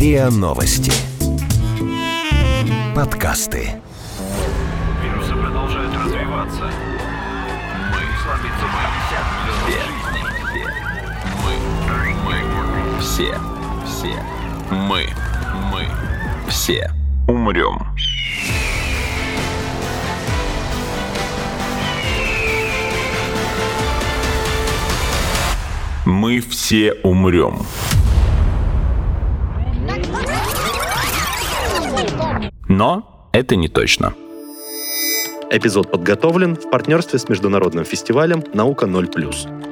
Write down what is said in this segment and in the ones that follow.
РИА Новости. Подкасты. Вирусы продолжают развиваться. Мы все умрем. Мы все умрем. Но это не точно. Эпизод подготовлен в партнерстве с международным фестивалем «Наука 0+.»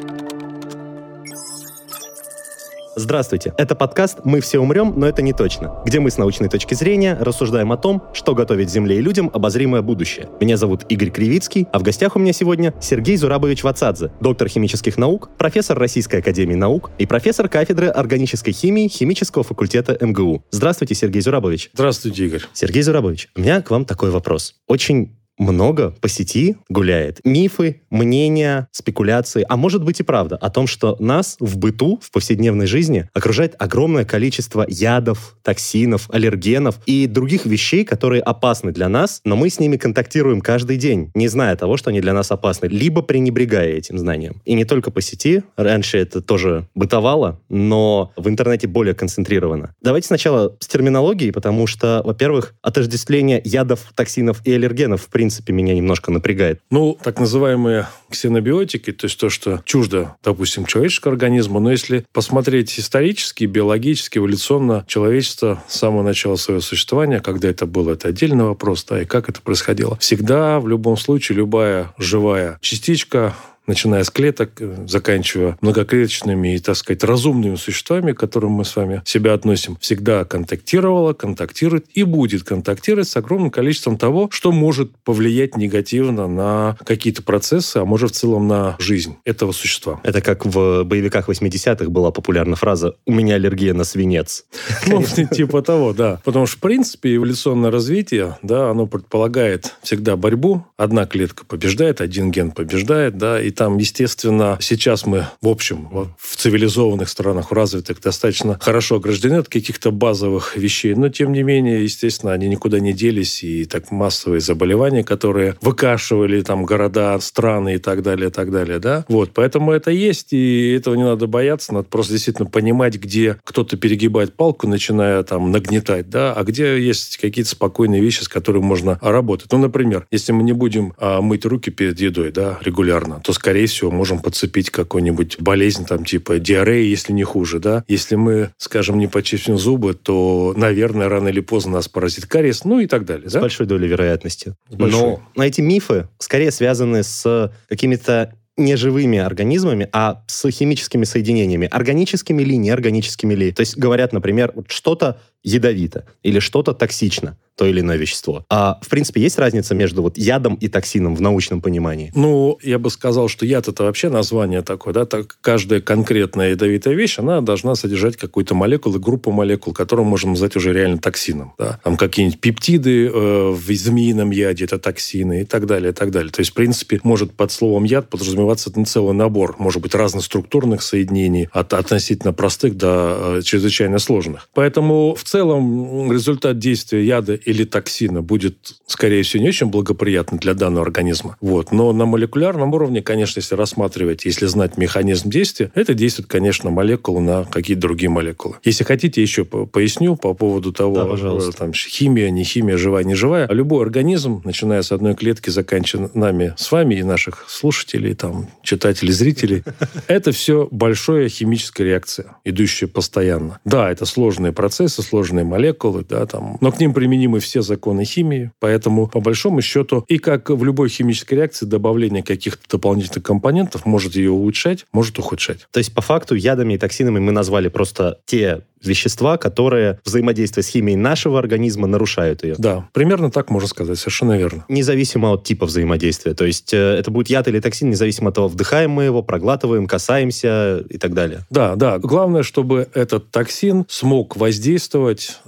Здравствуйте, это подкаст «Мы все умрем, но это не точно», где мы с научной точки зрения рассуждаем о том, что готовит Земле и людям обозримое будущее. Меня зовут Игорь Кривицкий, а в гостях у меня сегодня Сергей Зурабович Вацадзе, доктор химических наук, профессор Российской академии наук и профессор кафедры органической химии химического факультета МГУ. Здравствуйте, Сергей Зурабович. Здравствуйте, Игорь. Сергей Зурабович, у меня к вам такой вопрос. Очень много по сети гуляет мифы, мнения, спекуляции, а может быть и правда, о том, что нас в быту, в повседневной жизни окружает огромное количество ядов, токсинов, аллергенов и других вещей, которые опасны для нас, но мы с ними контактируем каждый день, не зная того, что они для нас опасны, либо пренебрегая этим знанием. И не только по сети, раньше это тоже бытовало, но в интернете более концентрировано. Давайте сначала с терминологией, потому что, во-первых, отождествление ядов, токсинов и аллергенов в принципе меня немножко напрягает. Так называемые ксенобиотики, то есть то, что чуждо, допустим, человеческому организму, но если посмотреть исторически, биологически, эволюционно, человечество с самого начала своего существования, когда это было, это отдельный вопрос, да, и как это происходило. Всегда, в любом случае, любая живая частичка, начиная с клеток, заканчивая многоклеточными и, так сказать, разумными существами, к которым мы с вами себя относим, всегда контактировала, контактирует и будет контактировать с огромным количеством того, что может повлиять негативно на какие-то процессы, а может в целом на жизнь этого существа. Это как в боевиках 80-х была популярна фраза «У меня аллергия на свинец». Типа того, да. Потому что, в принципе, эволюционное развитие, да, оно предполагает всегда борьбу. Одна клетка побеждает, один ген побеждает, да, и там, естественно, сейчас мы, в общем, в цивилизованных странах, в развитых, достаточно хорошо ограждены от каких-то базовых вещей, но, тем не менее, естественно, они никуда не делись, и так массовые заболевания, которые выкашивали там города, страны и так далее, да. Поэтому это есть, и этого не надо бояться, надо просто действительно понимать, где кто-то перегибает палку, начиная там нагнетать, да, а где есть какие-то спокойные вещи, с которыми можно работать. Например, если мы не будем мыть руки перед едой, да, регулярно, то, скорее всего, можем подцепить какую-нибудь болезнь, там, типа диареи, если не хуже, да. Если мы, скажем, не почистим зубы, то, наверное, рано или поздно нас поразит кариес, и так далее. С большой долей вероятности. Но эти мифы скорее связаны с какими-то не живыми организмами, а с химическими соединениями. Органическими ли, неорганическими ли. То есть говорят, например, что-то ядовито или что-то токсично, то или иное вещество. А, в принципе, есть разница между ядом и токсином в научном понимании? Я бы сказал, что яд – это вообще название такое, да, так каждая конкретная ядовитая вещь, она должна содержать какую-то молекулу, группу молекул, которую можно назвать уже реально токсином, да. Там какие-нибудь пептиды в змеином яде – это токсины и так далее, и так далее. То есть, в принципе, может под словом яд подразумеваться целый набор, может быть, разноструктурных соединений, от относительно простых до чрезвычайно сложных. Поэтому в целом результат действия яда или токсина будет, скорее всего, не очень благоприятный для данного организма. Но на молекулярном уровне, конечно, если рассматривать, если знать механизм действия, это действует, конечно, молекулы на какие-то другие молекулы. Если хотите, еще поясню по поводу того, там, химия, не химия, живая, не живая. Любой организм, начиная с одной клетки, заканчивая нами с вами и наших слушателей, там, читателей, зрителей, это все большая химическая реакция, идущая постоянно. Да, это сложные процессы, сложные молекулы, да, там, но к ним применимы все законы химии, поэтому, по большому счету, и как в любой химической реакции, добавление каких-то дополнительных компонентов может ее улучшать, может ухудшать. То есть, по факту, ядами и токсинами мы назвали просто те вещества, которые, взаимодействуя с химией нашего организма, нарушают ее. Да, примерно так можно сказать, совершенно верно. Независимо от типа взаимодействия. То есть это будет яд или токсин, независимо от того, вдыхаем мы его, проглатываем, касаемся и так далее. Да. Главное, чтобы этот токсин смог воздействовать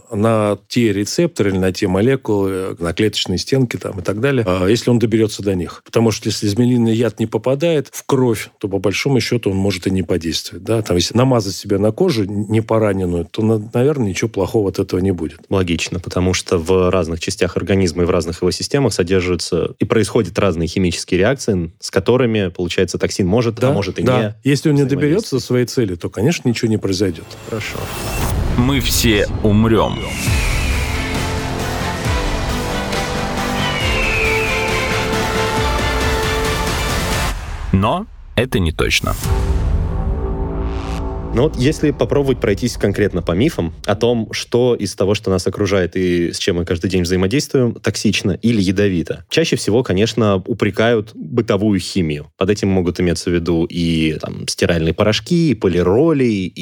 на те рецепторы или на те молекулы, на клеточные стенки там, и так далее, если он доберется до них. Потому что если змеиный яд не попадает в кровь, то по большому счету он может и не подействовать. Да? Там, если намазать себя на кожу не пораненную, то, наверное, ничего плохого от этого не будет. Логично, потому что в разных частях организма и в разных его системах содержатся и происходят разные химические реакции, с которыми, получается, токсин может, а может и не. Если он не доберется до своей цели, то, конечно, ничего не произойдет. Хорошо. Мы все умрем. Но это не точно. Но вот если попробовать пройтись конкретно по мифам о том, что из того, что нас окружает и с чем мы каждый день взаимодействуем, токсично или ядовито. Чаще всего, конечно, упрекают бытовую химию. Под этим могут иметься в виду и там, стиральные порошки, и полироли,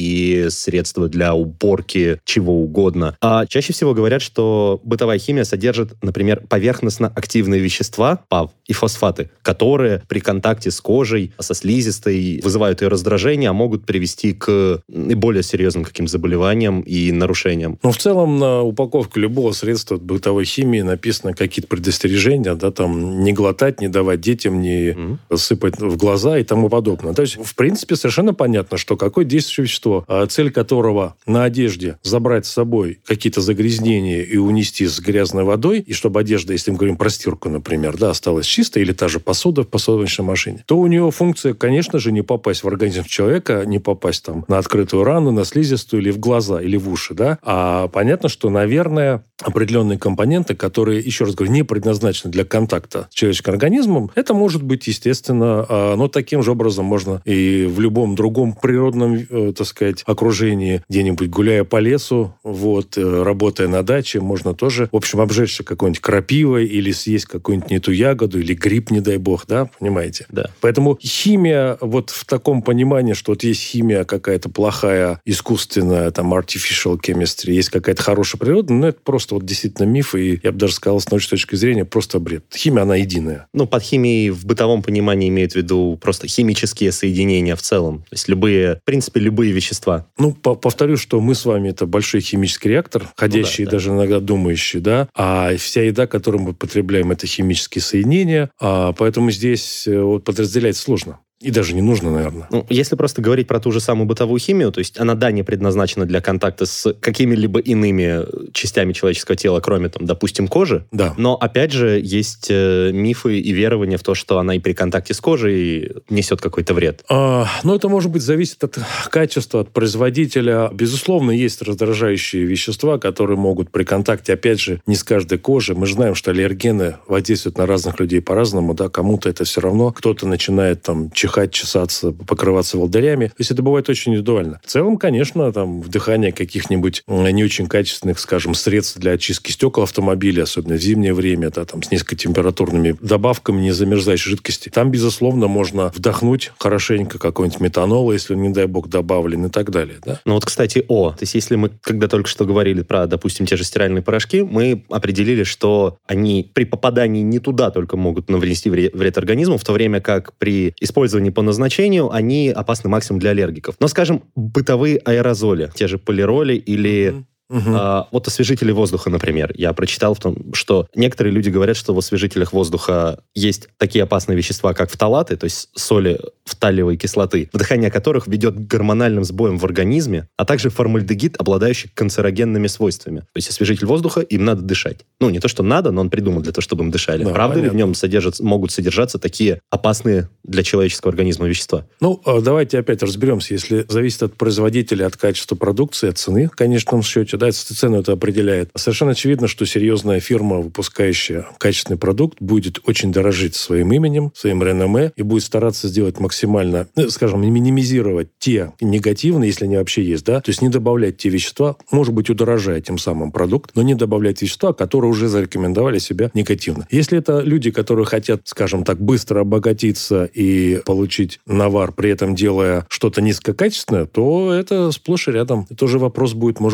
и средства для уборки чего угодно. А чаще всего говорят, что бытовая химия содержит, например, поверхностно-активные вещества, ПАВ, и фосфаты, которые при контакте с кожей, со слизистой вызывают ее раздражение, а могут привести к более серьезным каким заболеваниям и нарушениям. В целом на упаковке любого средства бытовой химии написано какие-то предостережения, да, там не глотать, не давать детям, не сыпать в глаза и тому подобное. То есть, в принципе, совершенно понятно, что какое действующее вещество, цель которого на одежде забрать с собой какие-то загрязнения и унести с грязной водой, и чтобы одежда, если мы говорим про стирку, например, да, осталась чистой, или та же посуда в посудомоечной машине, то у нее функция, конечно же, не попасть в организм человека, не попасть там на открытую рану, на слизистую или в глаза, или в уши, да. А понятно, что, наверное, определенные компоненты, которые, еще раз говорю, не предназначены для контакта с человеческим организмом, это может быть, естественно, но таким же образом можно и в любом другом природном, так сказать, окружении, где-нибудь гуляя по лесу, вот, работая на даче, можно тоже, в общем, обжечься какой-нибудь крапивой или съесть какую-нибудь не ту ягоду, или гриб, не дай бог, да, понимаете? Да. Поэтому химия, вот в таком понимании, что вот есть химия какая-то плохая, искусственная, там, artificial chemistry, есть какая-то хорошая природа, но это просто вот действительно миф, и я бы даже сказал, с научной точки зрения, просто бред. Химия, она единая. Под химией в бытовом понимании имеют в виду просто химические соединения в целом. То есть любые, в принципе, любые вещества. Повторю, что мы с вами это большой химический реактор, ходящий, даже иногда думающий, да, а вся еда, которую мы потребляем, это химические соединения, поэтому здесь вот подразделять сложно. И даже не нужно, наверное. Если просто говорить про ту же самую бытовую химию, то есть она, да, не предназначена для контакта с какими-либо иными частями человеческого тела, кроме, там, допустим, кожи. Да. Но, опять же, есть мифы и верования в то, что она и при контакте с кожей несет какой-то вред. Это, может быть, зависит от качества, от производителя. Безусловно, есть раздражающие вещества, которые могут при контакте, опять же, не с каждой кожей. Мы же знаем, что аллергены воздействуют на разных людей по-разному, да, кому-то это все равно. Кто-то начинает там чихать, чесаться, покрываться волдырями. То есть это бывает очень индивидуально. В целом, конечно, там вдыхание каких-нибудь не очень качественных, скажем, средств для очистки стекол автомобиля, особенно в зимнее время, да, там с низкотемпературными добавками незамерзающей жидкости. Там, безусловно, можно вдохнуть хорошенько какой-нибудь метанол, если он, не дай бог, добавлен и так далее. Да? Кстати, то есть если мы, когда только что говорили про, допустим, те же стиральные порошки, мы определили, что они при попадании не туда только могут навредить вред организму, в то время как при использовании по назначению они опасны максимум для аллергиков. Но, скажем, бытовые аэрозоли, те же полироли или... Вот освежители воздуха, например. Я прочитал, что некоторые люди говорят, что в освежителях воздуха есть такие опасные вещества, как фталаты, то есть соли фталиевой кислоты, вдыхание которых ведет к гормональным сбоям в организме, а также формальдегид, обладающий канцерогенными свойствами. То есть освежитель воздуха, им надо дышать. Не то, что надо, но он придуман для того, чтобы им дышали. Да, правда ли в нем могут содержаться такие опасные для человеческого организма вещества? Давайте опять разберемся. Если зависит от производителя, от качества продукции, от цены, в конечном счете, да, цену это определяет. Совершенно очевидно, что серьезная фирма, выпускающая качественный продукт, будет очень дорожить своим именем, своим реноме и будет стараться сделать максимально, скажем, минимизировать те негативные, если они вообще есть, да, то есть не добавлять те вещества, может быть, удорожая тем самым продукт, но не добавлять вещества, которые уже зарекомендовали себя негативно. Если это люди, которые хотят, скажем так, быстро обогатиться и получить навар, при этом делая что-то низкокачественное, то это сплошь и рядом. Это уже вопрос будет, может быть, выбора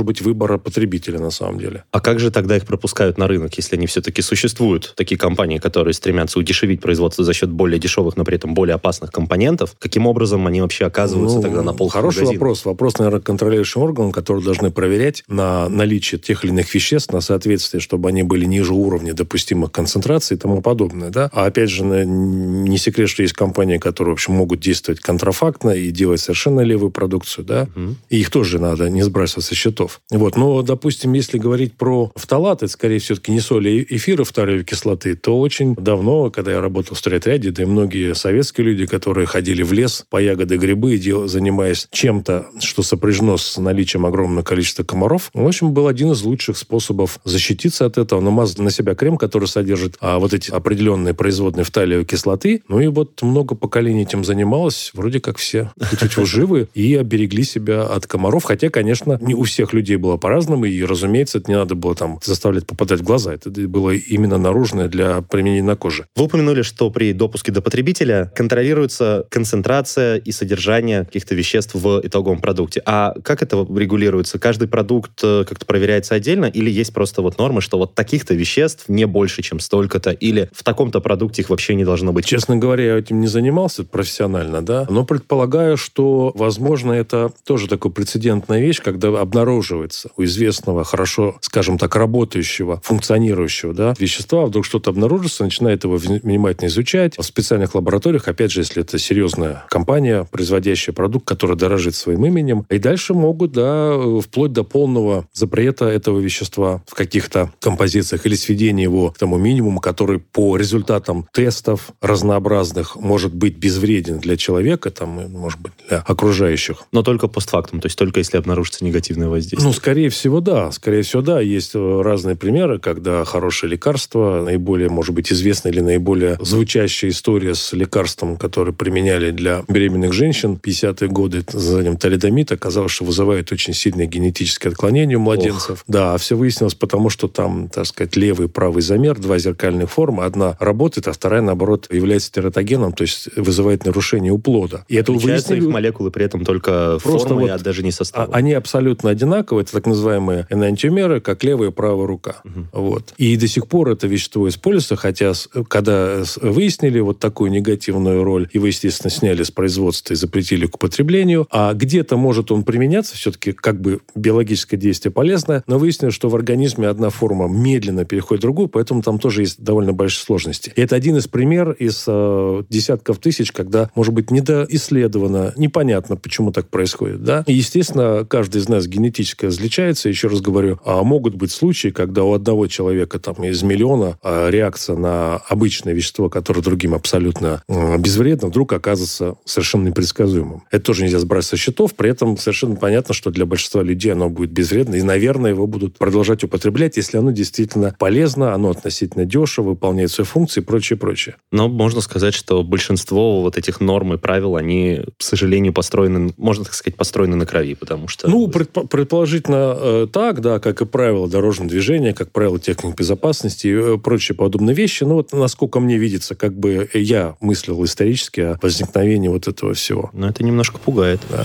про потребителя на самом деле. А как же тогда их пропускают на рынок, если они все-таки существуют? Такие компании, которые стремятся удешевить производство за счет более дешевых, но при этом более опасных компонентов. Каким образом они вообще оказываются тогда на полках Хороший магазинов? вопрос. Вопрос, наверное, контролирующим органам, которые должны проверять на наличие тех или иных веществ, на соответствие, чтобы они были ниже уровня допустимых концентраций и тому подобное. Да? А опять же, не секрет, что есть компании, которые, в общем, могут действовать контрафактно и делать совершенно левую продукцию. Да? И их тоже надо не сбрасывать со счетов. Вот. Но, допустим, если говорить про фталаты, это, скорее, все-таки не соли эфира фториевой кислоты, то очень давно, когда я работал в стройотряде, да и многие советские люди, которые ходили в лес по ягоды, грибы, занимаясь чем-то, что сопряжено с наличием огромного количества комаров, в общем, был один из лучших способов защититься от этого. Намазали на себя крем, который содержит вот эти определенные производные фталиевой кислоты. Ну и вот много поколений этим занималось. Вроде как все живы и оберегли себя от комаров. Хотя, конечно, не у всех людей было по-разному. И, разумеется, это не надо было там заставлять попадать в глаза. Это было именно наружное для применения на коже. Вы упомянули, что при допуске до потребителя контролируется концентрация и содержание каких-то веществ в итоговом продукте. А как это регулируется? Каждый продукт как-то проверяется отдельно или есть просто вот нормы, что вот таких-то веществ не больше, чем столько-то, или в таком-то продукте их вообще не должно быть? Честно говоря, я этим не занимался профессионально, да, но предполагаю, что, возможно, это тоже такая прецедентная вещь, когда обнаруживается у известного, хорошо, скажем так, работающего, функционирующего, да, вещества, вдруг что-то обнаружится, начинает его внимательно изучать в специальных лабораториях, опять же, если это серьезная компания, производящая продукт, который дорожит своим именем, и дальше могут, да, вплоть до полного запрета этого вещества в каких-то композициях или сведения его к тому минимуму, который по результатам тестов разнообразных может быть безвреден для человека, там, может быть, для окружающих. Но только постфактум, то есть только если обнаружится негативное воздействие. Ну, скорее всего, да. Скорее всего, да. Есть разные примеры, когда хорошее лекарство, наиболее, может быть, известная или наиболее звучащая история с лекарством, которое применяли для беременных женщин в 50-е годы, с названием талидомид, оказалось, что вызывает очень сильное генетическое отклонение у младенцев. Да, а все выяснилось потому, что там, так сказать, левый и правый замер, два зеркальных формы. Одна работает, а вторая, наоборот, является тератогеном, то есть вызывает нарушение у плода. И это отличаются их молекулы при этом только формой, вот, а даже не составом. Они абсолютно одинаковые. Это так называемые энантиомеры, как левая и правая рука. Вот. И до сих пор это вещество используется, хотя когда выяснили вот такую негативную роль, его, естественно, сняли с производства и запретили к употреблению, а где-то может он применяться, все-таки как бы биологическое действие полезное, но выяснилось, что в организме одна форма медленно переходит в другую, поэтому там тоже есть довольно большие сложности. И это один из примеров из десятков тысяч, когда, может быть, недоисследовано, непонятно, почему так происходит. Да? И, естественно, каждый из нас генетически различается. Еще раз говорю, могут быть случаи, когда у одного человека там, из миллиона реакция на обычное вещество, которое другим абсолютно безвредно, вдруг оказывается совершенно непредсказуемым. Это тоже нельзя сбрасывать со счетов, при этом совершенно понятно, что для большинства людей оно будет безвредно, и, наверное, его будут продолжать употреблять, если оно действительно полезно, оно относительно дешево, выполняет свои функции и прочее, прочее. Но можно сказать, что большинство вот этих норм и правил, они, к сожалению, построены, можно так сказать, построены на крови, потому что... Ну, предположительно так, да, как и правила дорожного движения, как правила техник безопасности и прочие подобные вещи. Но вот насколько мне видится, как бы я мыслил исторически о возникновении вот этого всего. Но это немножко пугает. Да.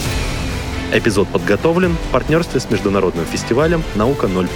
Эпизод подготовлен в партнерстве с международным фестивалем «Наука 0+.»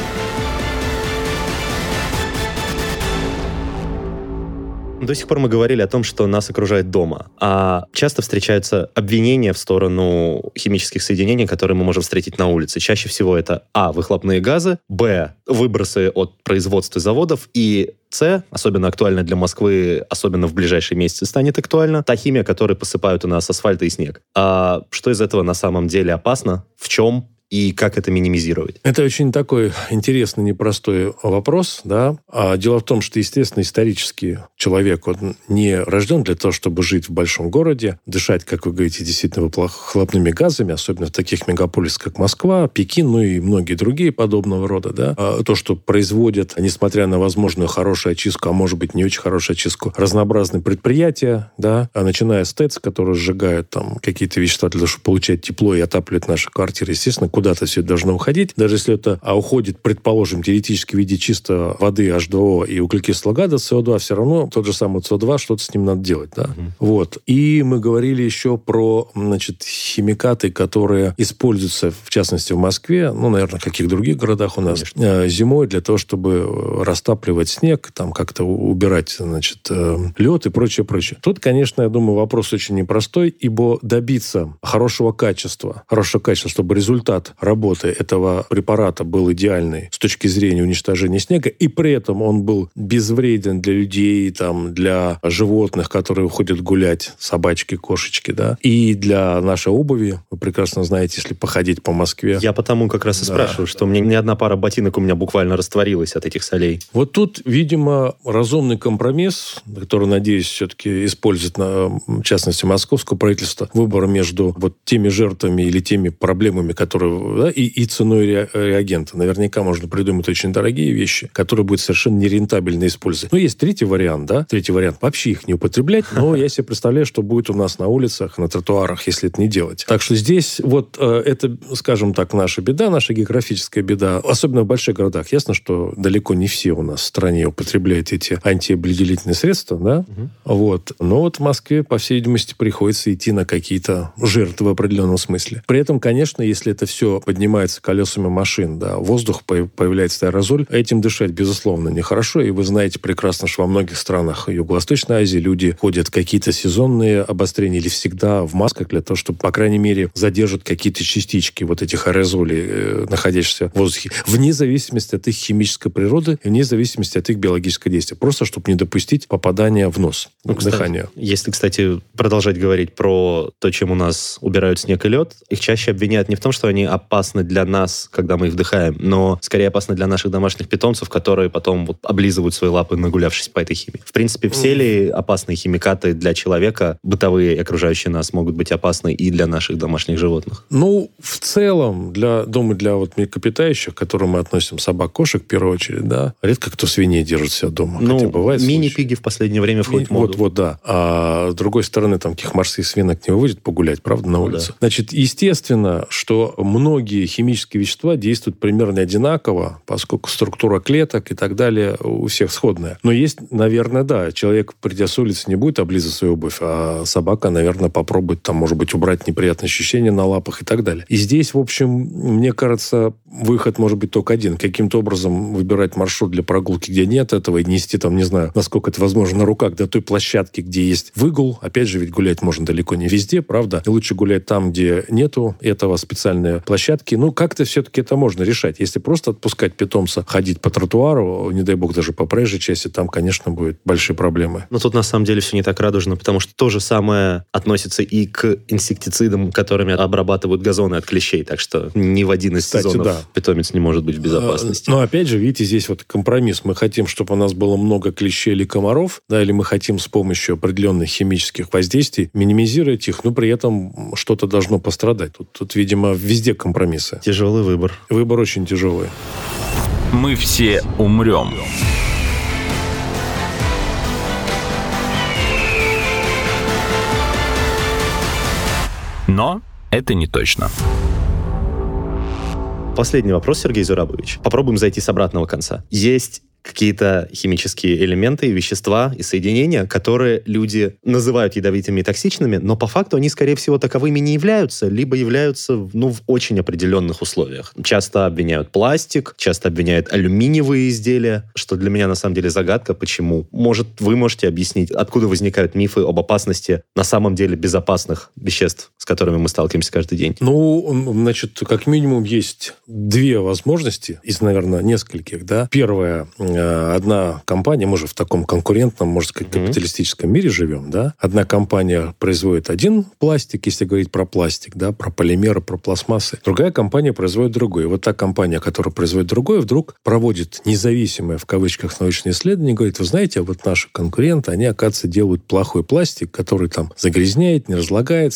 До сих пор мы говорили о том, что нас окружает дома, а часто встречаются обвинения в сторону химических соединений, которые мы можем встретить на улице. Чаще всего это выхлопные газы, выбросы от производства заводов, и особенно актуально для Москвы, особенно в ближайшие месяцы станет актуально, та химия, которой посыпают у нас асфальт и снег. А что из этого на самом деле опасно? В чем? И как это минимизировать? Это очень такой интересный, непростой вопрос. Да? Дело в том, что, естественно, исторически человек не рожден для того, чтобы жить в большом городе, дышать, как вы говорите, действительно выхлопными газами, особенно в таких мегаполисах, как Москва, Пекин, ну и многие другие подобного рода. Да? То, что производят, несмотря на возможную хорошую очистку, а может быть не очень хорошую очистку, разнообразные предприятия, да? Начиная с ТЭЦ, которые сжигают там какие-то вещества для того, чтобы получать тепло и отапливать наши квартиры, естественно, куда-то все это должно уходить. Даже если это уходит, предположим, теоретически в виде чисто воды H2O и углекислого газа CO2, все равно тот же самый CO2, что-то с ним надо делать. Да? Вот. И мы говорили еще про, химикаты, которые используются, в частности, в Москве, наверное, в каких других городах у нас, зимой для того, чтобы растапливать снег, там как-то убирать, лед и прочее. Тут, конечно, я думаю, вопрос очень непростой, ибо добиться хорошего качества, чтобы результат работы этого препарата был идеальный с точки зрения уничтожения снега, и при этом он был безвреден для людей, для животных, которые ходят гулять, собачки, кошечки, да, и для нашей обуви. Вы прекрасно знаете, если походить по Москве. Я потому как раз и спрашиваю, что у меня ни одна пара ботинок у меня буквально растворилась от этих солей. Вот тут, видимо, разумный компромисс, который, надеюсь, все-таки использует, в частности, московское правительство, выбор между теми жертвами или теми проблемами, которые... и ценой реагента. Наверняка можно придумать очень дорогие вещи, которые будут совершенно нерентабельно использовать. Есть третий вариант, да? Третий вариант вообще их не употреблять, но я себе представляю, что будет у нас на улицах, на тротуарах, если это не делать. Так что здесь это, скажем так, наша беда, наша географическая беда, особенно в больших городах. Ясно, что далеко не все у нас в стране употребляют эти антиобледенительные средства, да? Но в Москве, по всей видимости, приходится идти на какие-то жертвы в определенном смысле. При этом, конечно, если это все поднимается колесами машин, да, воздух, появляется аэрозоль, этим дышать, безусловно, нехорошо. И вы знаете прекрасно, что во многих странах Юго-Восточной Азии люди ходят в какие-то сезонные обострения или всегда в масках для того, чтобы, по крайней мере, задержать какие-то частички этих аэрозолей, находящихся в воздухе, вне зависимости от их химической природы, вне зависимости от их биологического действия. Просто, чтобы не допустить попадания в нос, к дыханию. Если, кстати, продолжать говорить про то, чем у нас убирают снег и лед, их чаще обвиняют не в том, что они опасны для нас, когда мы их вдыхаем, но скорее опасны для наших домашних питомцев, которые потом облизывают свои лапы, нагулявшись по этой химии. В принципе, все ли опасные химикаты для человека, бытовые и окружающие нас, могут быть опасны и для наших домашних животных? В целом, для млекопитающих, к которым мы относим собак, кошек, в первую очередь, да, редко кто свиней держит себя дома. Хотя бывает мини-пиги в последнее время входят в моду. Да. А с другой стороны, таких морских свинок не выводят погулять, правда, на улице. Да. Естественно, что многие химические вещества действуют примерно одинаково, поскольку структура клеток и так далее у всех сходная. Но есть, наверное, да, человек, придя с улицы, не будет облизывать свою обувь, а собака, наверное, попробует, может быть, убрать неприятные ощущения на лапах и так далее. И здесь, в общем, мне кажется, выход может быть только один. Каким-то образом выбирать маршрут для прогулки, где нет этого, и нести не знаю, насколько это возможно, на руках до той площадки, где есть выгул. Опять же, ведь гулять можно далеко не везде, правда? И лучше гулять там, где нету этого специальной площадки. Как-то все-таки это можно решать. Если просто отпускать питомца ходить по тротуару, не дай бог, даже по проезжей части, там, конечно, будут большие проблемы. Но тут, на самом деле, все не так радужно, потому что то же самое относится и к инсектицидам, которыми обрабатывают газоны от клещей. Так что ни в один из сезонов питомец не может быть в безопасности. Но, опять же, видите, здесь компромисс. Мы хотим, чтобы у нас было много клещей или комаров, да, или мы хотим с помощью определенных химических воздействий минимизировать их, но при этом что-то должно пострадать. Тут, видимо, везде компромиссы. Тяжелый выбор. Выбор очень тяжелый. Мы все умрем. Но это не точно. Последний вопрос, Сергей Зурабович. Попробуем зайти с обратного конца. Есть какие-то химические элементы, вещества и соединения, которые люди называют ядовитыми и токсичными, но по факту они, скорее всего, таковыми не являются, либо являются в очень определенных условиях. Часто обвиняют пластик, часто обвиняют алюминиевые изделия, что для меня на самом деле загадка, почему. Может, вы можете объяснить, откуда возникают мифы об опасности на самом деле безопасных веществ, с которыми мы сталкиваемся каждый день? Как минимум есть две возможности из, наверное, нескольких, да. Первая, одна компания, мы же в таком конкурентном, можно сказать, капиталистическом мире живем, да. Одна компания производит один пластик, если говорить про пластик, да, про полимеры, про пластмассы. Другая компания производит другой. И та компания, которая производит другое, вдруг проводит независимое, в кавычках, научное исследование, говорит, вы знаете, наши конкуренты, они, оказывается, делают плохой пластик, который загрязняет, не разлагается,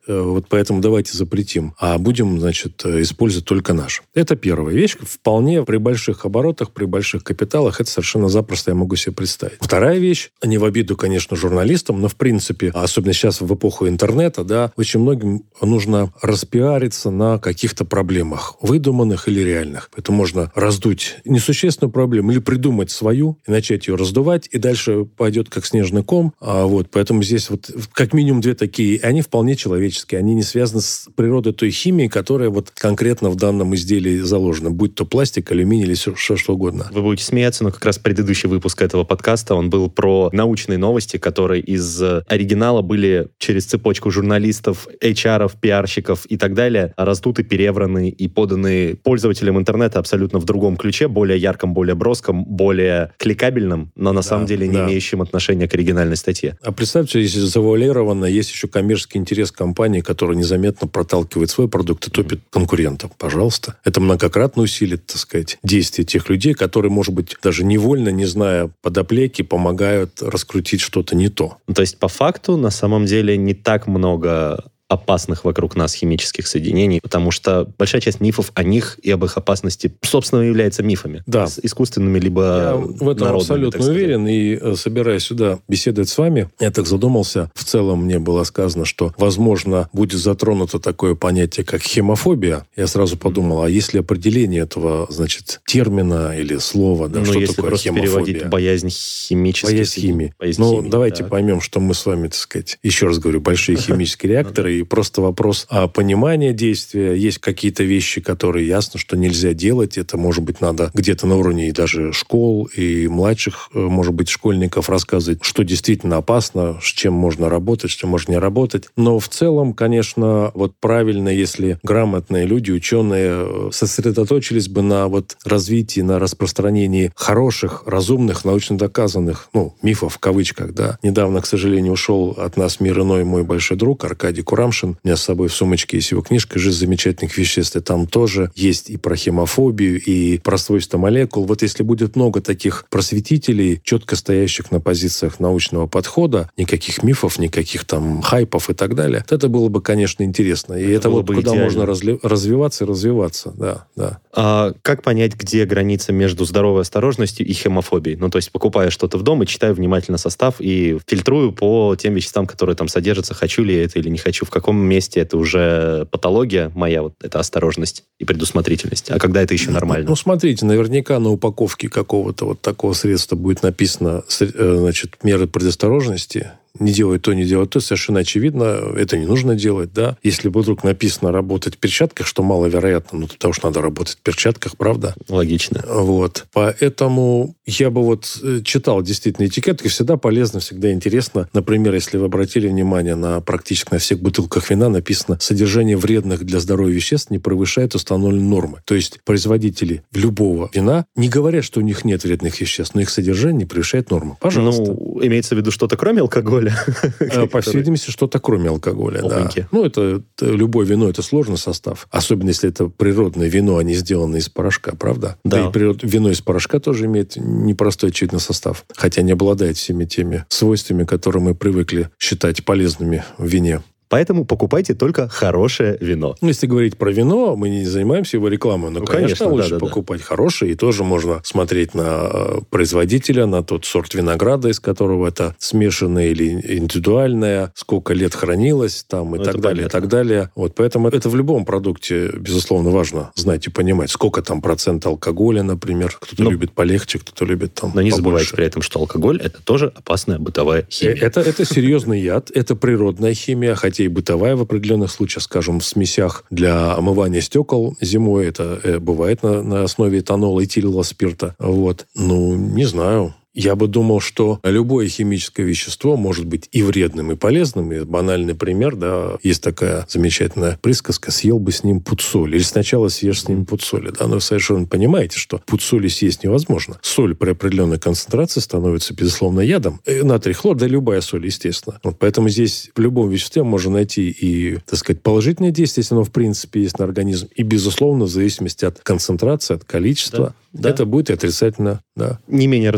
вот поэтому давайте запретим, а будем, значит, использовать только наш. Это первая вещь. Вполне при больших оборотах, при больших капиталах это совершенно запросто я могу себе представить. Вторая вещь, не в обиду, конечно, журналистам, но в принципе, особенно сейчас в эпоху интернета, да, очень многим нужно распиариться на каких-то проблемах, выдуманных или реальных. Это можно раздуть несущественную проблему или придумать свою и начать ее раздувать, и дальше пойдет как снежный ком. Поэтому здесь вот как минимум две такие, они вполне человеческие, они не связаны с природой той химии, которая вот конкретно в данном изделии заложена, будь то пластик, алюминий или все что угодно. Вы будете смеяться, но как раз предыдущий выпуск этого подкаста, он был про научные новости, которые из оригинала были через цепочку журналистов, HR-ов, пиарщиков и так далее раздуты, перевраны и поданы пользователям интернета абсолютно в другом ключе, более ярком, более броском, более кликабельном, но на самом деле не имеющим отношения к оригинальной статье. А представьте, если завуалированно есть еще коммерческий интерес компании, которая незаметно проталкивает свой продукт и топит конкурентов. Пожалуйста. Это многократно усилит, так сказать, действия тех людей, которые, может быть, даже невольно, не зная подоплеки, помогают раскрутить что-то не то. То есть, по факту, на самом деле, не так много опасных вокруг нас химических соединений, потому что большая часть мифов о них и об их опасности, собственно, является мифами. Да. Искусственными, либо я в этом абсолютно уверен, и собираясь сюда беседовать с вами, я так задумался. В целом мне было сказано, что, возможно, будет затронуто такое понятие, как хемофобия. Я сразу подумал, а есть ли определение этого, значит, термина или слова, да, что если такое просто хемофобия? переводить боязнь химических... Боязнь химии. Давайте поймем, что мы с вами, так сказать, еще раз говорю, большие химические реакторы, и просто вопрос понимания действия. Есть какие-то вещи, которые ясно, что нельзя делать. Это, может быть, надо где-то на уровне и даже школ, и младших, может быть, школьников рассказывать, что действительно опасно, с чем можно работать, с чем можно не работать. Но в целом, конечно, вот правильно, если грамотные люди, ученые сосредоточились бы на вот развитии, на распространении хороших, разумных, научно доказанных, мифов в кавычках, да. Недавно, к сожалению, ушел от нас мир иной мой большой друг Аркадий Курамшин. У меня с собой в сумочке есть его книжка «Жизнь замечательных веществ». И там тоже есть и про хемофобию, и про свойства молекул. Вот если будет много таких просветителей, четко стоящих на позициях научного подхода, никаких мифов, никаких там хайпов и так далее, то это было бы, конечно, интересно. И это вот куда идеально. Можно развиваться и развиваться. Да. А как понять, где граница между здоровой осторожностью и хемофобией? То есть, покупая что-то в дом и читаю внимательно состав и фильтрую по тем веществам, которые там содержатся, хочу ли я это или не хочу, в каком месте это уже патология моя, вот эта осторожность и предусмотрительность, а когда это еще нормально? Смотрите, наверняка на упаковке какого-то вот такого средства будет написано, значит, меры предосторожности. Не делай то, не делай то, совершенно очевидно, это не нужно делать, да. Если бы вдруг написано работать в перчатках, что маловероятно, потому что надо работать в перчатках, правда? Логично. Вот. Поэтому я бы читал действительно этикетки, всегда полезно, всегда интересно. Например, если вы обратили внимание, практически на всех бутылках вина написано «содержание вредных для здоровья веществ не превышает установленной нормы». То есть производители любого вина не говорят, что у них нет вредных веществ, но их содержание не превышает нормы. Пожалуйста. Имеется в виду что-то кроме алкоголя? По всей видимости, что-то кроме алкоголя, да. Это любое вино, это сложный состав. Особенно, если это природное вино, а не сделано из порошка, правда? Да. И вино из порошка тоже имеет непростой, очевидно, состав. Хотя не обладает всеми теми свойствами, которые мы привыкли считать полезными в вине. Поэтому покупайте только хорошее вино. Если говорить про вино, мы не занимаемся его рекламой, но, конечно, лучше покупать хорошее. И тоже можно смотреть на производителя, на тот сорт винограда, из которого это смешанное или индивидуальное, сколько лет хранилось, там, и так далее, и так далее. Вот, поэтому это в любом продукте, безусловно, важно знать и понимать, сколько там процент алкоголя, например. Кто-то любит полегче, кто-то любит там Но не побольше. забывайте при этом, что алкоголь – это тоже опасная бытовая химия. Это серьезный яд, это природная химия, хотя и бытовая в определенных случаях, скажем, в смесях для омывания стекол зимой. Это бывает на основе этанола, этилового спирта. Вот. Не знаю. Я бы думал, что любое химическое вещество может быть и вредным, и полезным. И банальный пример, да, есть такая замечательная присказка: съел бы с ним пуд соли. Или сначала съешь с ним пуд соли. Да? Но вы совершенно понимаете, что пуд соли съесть невозможно. Соль при определенной концентрации становится, безусловно, ядом. Натрий, хлор, да любая соль, естественно. Поэтому здесь в любом веществе можно найти и, так сказать, положительное действие, если оно в принципе есть на организм, и, безусловно, в зависимости от концентрации, от количества, это будет и отрицательно, да. Не менее распространенное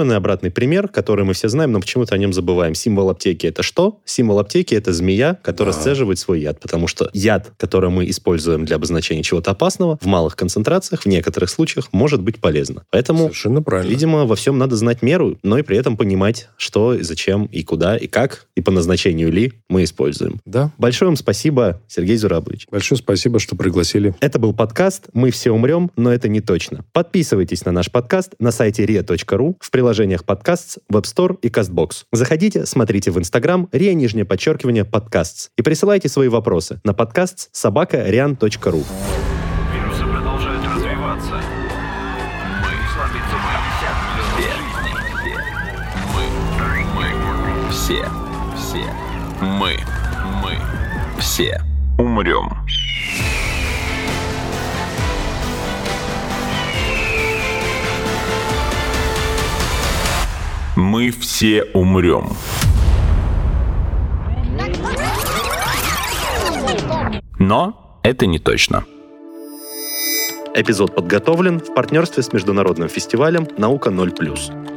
Распространенный обратный пример, который мы все знаем, но почему-то о нем забываем. Символ аптеки — это что? Символ аптеки — это змея, которая сцеживает свой яд, потому что яд, который мы используем для обозначения чего-то опасного, в малых концентрациях, в некоторых случаях, может быть полезно. Поэтому, совершенно правильно. Видимо, во всем надо знать меру, но и при этом понимать, что, и зачем, и куда, и как, и по назначению ли мы используем. Да. Большое вам спасибо, Сергей Зурабович. Большое спасибо, что пригласили. Это был подкаст «Мы все умрем, но это не точно». Подписывайтесь на наш подкаст на сайте ria.ru, в приложениях подкастс, Web Store и CastBox. Заходите, смотрите в Instagram ria_подкастс и присылайте свои вопросы на подкастс@rian.ru. Вирусы продолжают развиваться. Мы все умрем. Мы все умрем. Но это не точно. Эпизод подготовлен в партнерстве с международным фестивалем «Наука 0+.»